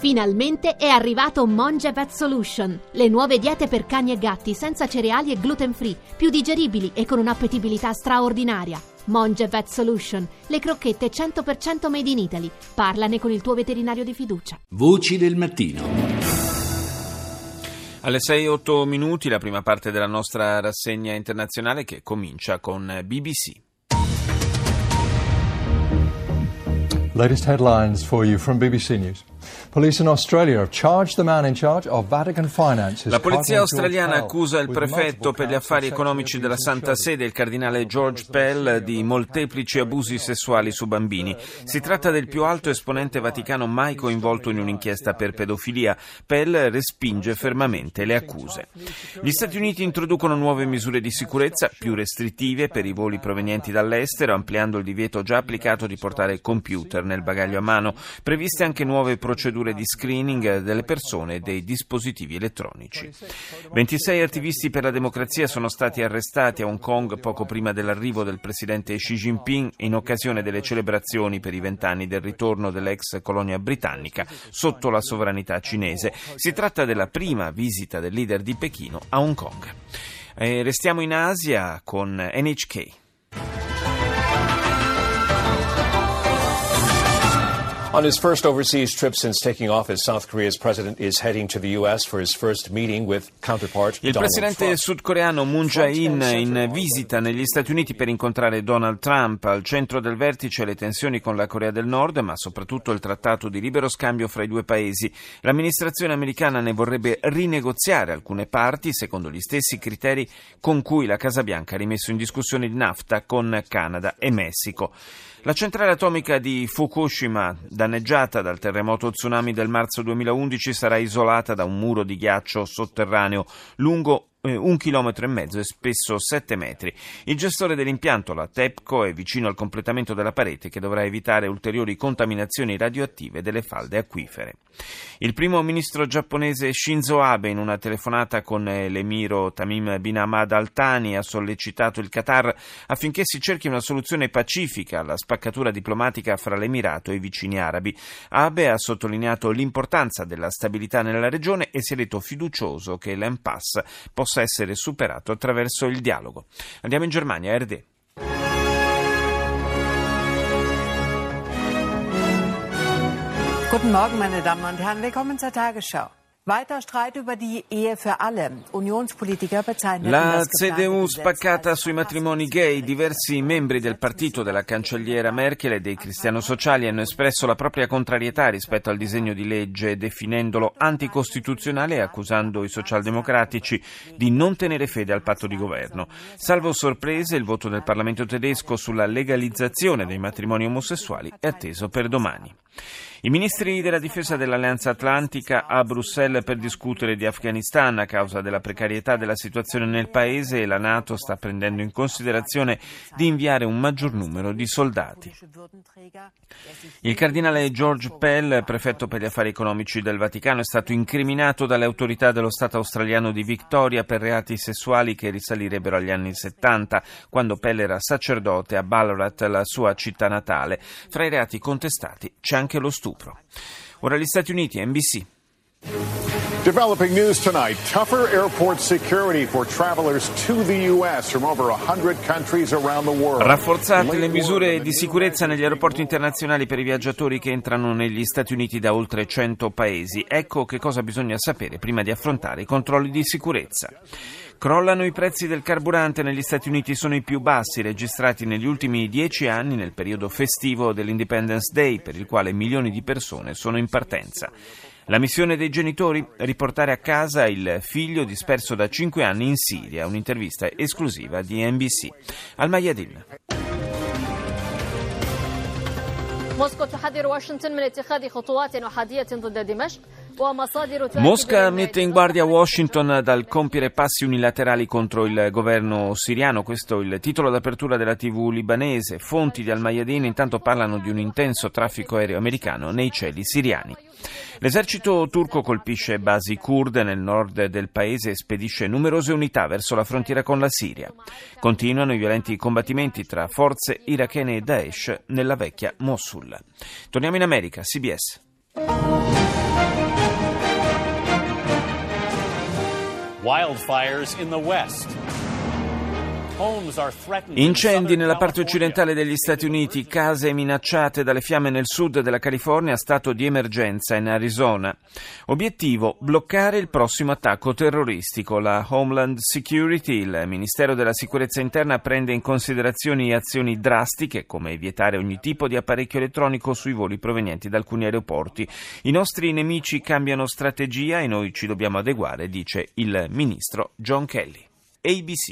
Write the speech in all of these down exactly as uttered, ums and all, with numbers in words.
Finalmente è arrivato Monge Vet Solution, le nuove diete per cani e gatti senza cereali e gluten free, più digeribili e con un'appetibilità straordinaria. Monge Vet Solution, le crocchette cento per cento made in Italy. Parlane con il tuo veterinario di fiducia. Voci del mattino. Alle sei e otto minuti la prima parte della nostra rassegna internazionale che comincia con B B C. Latest headlines for you from B B C News. Police in Australia have charged the man in charge of Vatican finances. La polizia australiana accusa il prefetto per gli affari economici della Santa Sede, il cardinale George Pell, di molteplici abusi sessuali su bambini. Si tratta del più alto esponente vaticano mai coinvolto in un'inchiesta per pedofilia. Pell respinge fermamente le accuse. Gli Stati Uniti introducono nuove misure di sicurezza più restrittive per i voli provenienti dall'estero, ampliando il divieto già applicato di portare computer nel bagaglio a mano. Previste anche nuove procedure di screening delle persone e dei dispositivi elettronici. ventisei attivisti per la democrazia sono stati arrestati a Hong Kong poco prima dell'arrivo del presidente Xi Jinping in occasione delle celebrazioni per i vent'anni del ritorno dell'ex colonia britannica sotto la sovranità cinese. Si tratta della prima visita del leader di Pechino a Hong Kong. E restiamo in Asia con N H K. On his first overseas trip since taking office, South Korea's president is heading to the U S for his first meeting with counterpart Il Donald presidente Trump. sudcoreano Moon Jae-in in visita negli Stati Uniti per incontrare Donald Trump. Al centro del vertice le tensioni con la Corea del Nord, ma soprattutto il trattato di libero scambio fra i due paesi. L'amministrazione americana ne vorrebbe rinegoziare alcune parti secondo gli stessi criteri con cui la Casa Bianca ha rimesso in discussione il NAFTA con Canada e Messico. La centrale atomica di Fukushima, danneggiata dal terremoto tsunami del marzo duemilaundici, sarà isolata da un muro di ghiaccio sotterraneo lungo un chilometro e mezzo e spesso sette metri. Il gestore dell'impianto, la TEPCO, è vicino al completamento della parete che dovrà evitare ulteriori contaminazioni radioattive delle falde acquifere. Il primo ministro giapponese Shinzo Abe, in una telefonata con l'emiro Tamim bin Hamad Al Thani, ha sollecitato il Qatar affinché si cerchi una soluzione pacifica alla spaccatura diplomatica fra l'Emirato e i vicini arabi. Abe ha sottolineato l'importanza della stabilità nella regione e si è detto fiducioso che l'impasse possa essere superato attraverso il dialogo. Andiamo in Germania, R D. Guten Morgen, meine Damen und Herren. Willkommen zur Tagesschau. Weiter Streit über die Ehe für alle. Unionspolitiker bezeichneten La das C D U spaccata sui matrimoni gay. Diversi membri del partito della cancelliera Merkel e dei cristiano-sociali hanno espresso la propria contrarietà rispetto al disegno di legge, definendolo anticostituzionale e accusando i socialdemocratici di non tenere fede al patto di governo. Salvo sorprese, il voto del Parlamento tedesco sulla legalizzazione dei matrimoni omosessuali è atteso per domani. I ministri della difesa dell'Alleanza Atlantica a Bruxelles per discutere di Afghanistan a causa della precarietà della situazione nel paese, e la NATO sta prendendo in considerazione di inviare un maggior numero di soldati. Il cardinale George Pell, prefetto per gli affari economici del Vaticano, è stato incriminato dalle autorità dello Stato australiano di Victoria per reati sessuali che risalirebbero agli anni settanta, quando Pell era sacerdote a Ballarat, la sua città natale. Fra i reati contestati c'è anche lo stupro. Ora gli Stati Uniti, N B C. Developing news tonight. Tougher airport security for travelers to the U S from over one hundred countries around the world. Rafforzate le misure di sicurezza negli aeroporti internazionali per i viaggiatori che entrano negli Stati Uniti da oltre cento paesi. Ecco che cosa bisogna sapere prima di affrontare i controlli di sicurezza. Crollano i prezzi del carburante negli Stati Uniti, sono i più bassi registrati negli ultimi dieci anni nel periodo festivo dell'Independence Day, per il quale milioni di persone sono in partenza. La missione dei genitori? Riportare a casa il figlio disperso da cinque anni in Siria, un'intervista esclusiva di N B C. Al Mayadin. موسكو تحذر واشنطن من اتخاذ خطوات أحادية ضد دمشق. Mosca mette in guardia Washington dal compiere passi unilaterali contro il governo siriano. Questo è il titolo d'apertura della tivù libanese. Fonti di Al Mayadin intanto parlano di un intenso traffico aereo americano nei cieli siriani. L'esercito turco colpisce basi kurde nel nord del paese e spedisce numerose unità verso la frontiera con la Siria. Continuano i violenti combattimenti tra forze irachene e Daesh nella vecchia Mosul. Torniamo in America, C B S. Wildfires in the West. Incendi nella parte occidentale degli Stati Uniti, case minacciate dalle fiamme nel sud della California, stato di emergenza in Arizona. Obiettivo: bloccare il prossimo attacco terroristico. La Homeland Security, il Ministero della Sicurezza Interna, prende in considerazione azioni drastiche come vietare ogni tipo di apparecchio elettronico sui voli provenienti da alcuni aeroporti. I nostri nemici cambiano strategia e noi ci dobbiamo adeguare, dice il ministro John Kelly. A B C.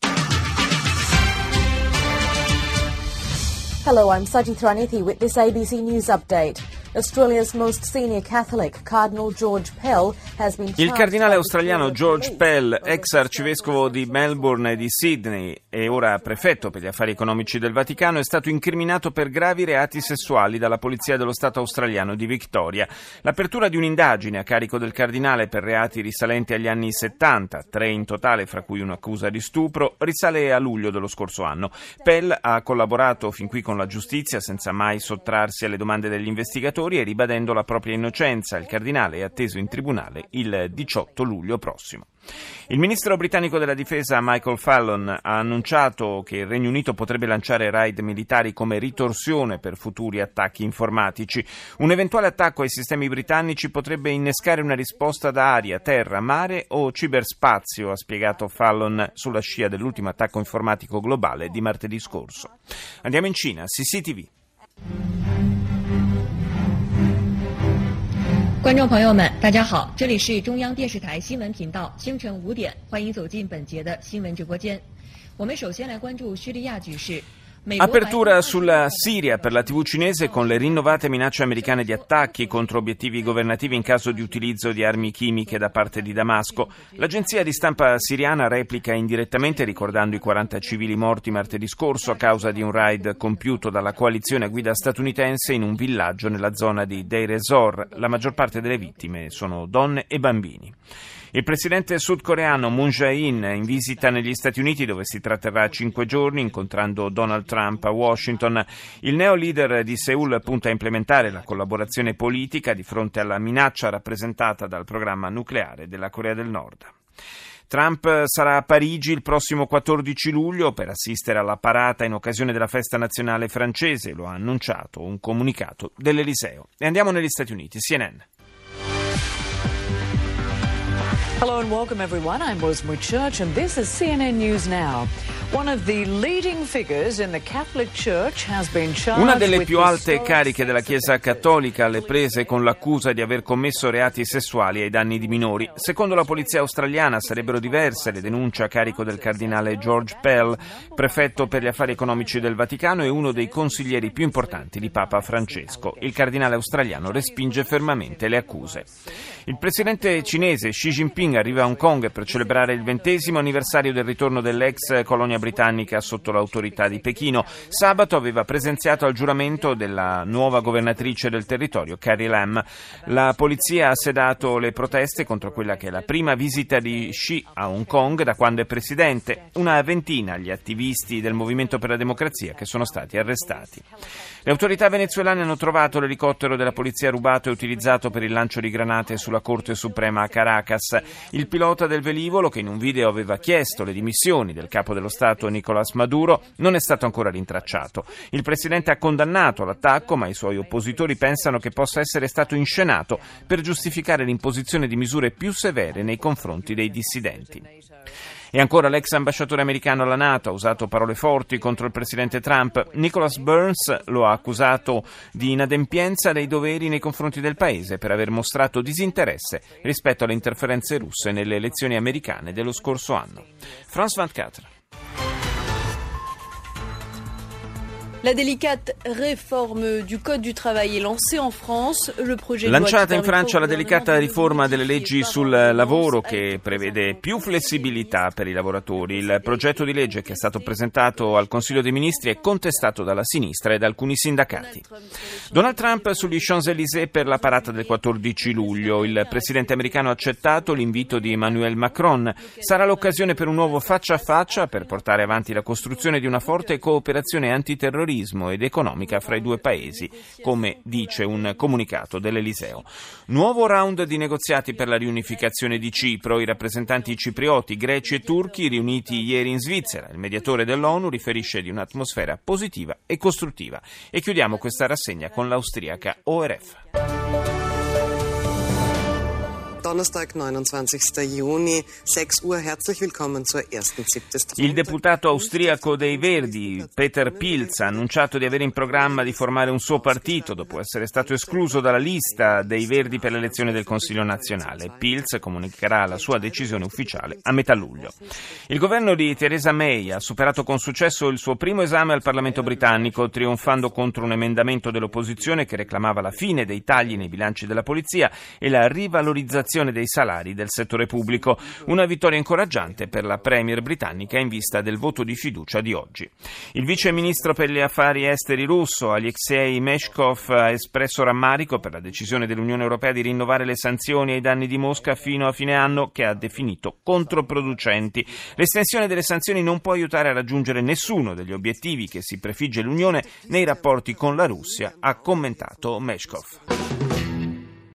Hello, I'm Sajith Ranithy with this A B C News update. Australia's most senior Catholic, Cardinal George Pell, has been Il cardinale australiano George Pell, ex arcivescovo di Melbourne e di Sydney e ora prefetto per gli affari economici del Vaticano, è stato incriminato per gravi reati sessuali dalla Polizia dello Stato australiano di Victoria. L'apertura di un'indagine a carico del cardinale per reati risalenti agli anni settanta, tre in totale, fra cui un'accusa di stupro, risale a luglio dello scorso anno. Pell ha collaborato fin qui con la giustizia senza mai sottrarsi alle domande degli investigatori e ribadendo la propria innocenza. Il cardinale è atteso in tribunale il diciotto luglio prossimo. Il ministro britannico della difesa Michael Fallon ha annunciato che il Regno Unito potrebbe lanciare raid militari come ritorsione per futuri attacchi informatici. Un eventuale attacco ai sistemi britannici potrebbe innescare una risposta da aria, terra, mare o ciberspazio, ha spiegato Fallon sulla scia dell'ultimo attacco informatico globale di martedì scorso. Andiamo in Cina, C C T V. 观众朋友们，大家好，这里是中央电视台新闻频道，清晨五点，欢迎走进本节的新闻直播间。我们首先来关注叙利亚局势。 Apertura sulla Siria per la tivù cinese con le rinnovate minacce americane di attacchi contro obiettivi governativi in caso di utilizzo di armi chimiche da parte di Damasco. L'agenzia di stampa siriana replica indirettamente ricordando i quaranta civili morti martedì scorso a causa di un raid compiuto dalla coalizione a guida statunitense in un villaggio nella zona di Deir ez-Zor. La maggior parte delle vittime sono donne e bambini. Il presidente sudcoreano Moon Jae-in in visita negli Stati Uniti, dove si tratterrà cinque giorni incontrando Donald Trump a Washington. Il neo leader di Seul punta a implementare la collaborazione politica di fronte alla minaccia rappresentata dal programma nucleare della Corea del Nord. Trump sarà a Parigi il prossimo quattordici luglio per assistere alla parata in occasione della festa nazionale francese, lo ha annunciato un comunicato dell'Eliseo. E andiamo negli Stati Uniti, C N N. Hello and welcome everyone. I'm Rosemary Church and this is C N N News Now. One of the leading figures in the Catholic Church has been charged. Una delle più alte cariche della Chiesa Cattolica alle prese con l'accusa di aver commesso reati sessuali ai danni di minori. Secondo la polizia australiana sarebbero diverse le denunce a carico del cardinale George Pell, prefetto per gli affari economici del Vaticano e uno dei consiglieri più importanti di Papa Francesco. Il cardinale australiano respinge fermamente le accuse. Il presidente cinese Xi Jinping arriva a Hong Kong per celebrare il ventesimo anniversario del ritorno dell'ex colonia britannica sotto l'autorità di Pechino. Sabato aveva presenziato al giuramento della nuova governatrice del territorio, Carrie Lam. La polizia ha sedato le proteste contro quella che è la prima visita di Xi a Hong Kong da quando è presidente. Una ventina gli attivisti del Movimento per la Democrazia che sono stati arrestati. Le autorità venezuelane hanno trovato l'elicottero della polizia rubato e utilizzato per il lancio di granate sulla Corte Suprema a Caracas. Il pilota del velivolo, che in un video aveva chiesto le dimissioni del capo dello Stato Nicolás Maduro, non è stato ancora rintracciato. Il presidente ha condannato l'attacco, ma i suoi oppositori pensano che possa essere stato inscenato per giustificare l'imposizione di misure più severe nei confronti dei dissidenti. E ancora l'ex ambasciatore americano alla NATO ha usato parole forti contro il presidente Trump. Nicholas Burns lo ha accusato di inadempienza dei doveri nei confronti del paese per aver mostrato disinteresse rispetto alle interferenze russe nelle elezioni americane dello scorso anno. France ventiquattro. La délicate réforme du Code du travail est lancée en France. Le projet Lanciata in Francia la delicata riforma delle leggi sul lavoro che prevede più flessibilità per i lavoratori. Il progetto di legge che è stato presentato al Consiglio dei Ministri è contestato dalla sinistra e da alcuni sindacati. Donald Trump sugli Champs-Élysées per la parata del quattordici luglio. Il presidente americano ha accettato l'invito di Emmanuel Macron. Sarà l'occasione per un nuovo faccia a faccia per portare avanti la costruzione di una forte cooperazione antiterrorista terrorismo ed economica fra i due paesi, come dice un comunicato dell'Eliseo. Nuovo round di negoziati per la riunificazione di Cipro. I rappresentanti ciprioti, greci e turchi riuniti ieri in Svizzera. Il mediatore dell'ONU riferisce di un'atmosfera positiva e costruttiva. E chiudiamo questa rassegna con l'austriaca O R F. Donnerstag, neunundzwanzigster Juni, sechs Uhr. Herzlich willkommen zur ersten Siebtestagung. Il deputato austriaco dei Verdi, Peter Pilz, ha annunciato di avere in programma di formare un suo partito dopo essere stato escluso dalla lista dei Verdi per l'elezione del Consiglio nazionale. Pilz comunicherà la sua decisione ufficiale a metà luglio. Il governo di Theresa May ha superato con successo il suo primo esame al Parlamento britannico, trionfando contro un emendamento dell'opposizione che reclamava la fine dei tagli nei bilanci della polizia e la rivalorizzazione dei salari del settore pubblico. Una vittoria incoraggiante per la premier britannica in vista del voto di fiducia di oggi. Il vice ministro per gli affari esteri russo, Alexei Meshkov, ha espresso rammarico per la decisione dell'Unione Europea di rinnovare le sanzioni ai danni di Mosca fino a fine anno, che ha definito controproducenti. L'estensione delle sanzioni non può aiutare a raggiungere nessuno degli obiettivi che si prefigge l'Unione nei rapporti con la Russia, ha commentato Meshkov.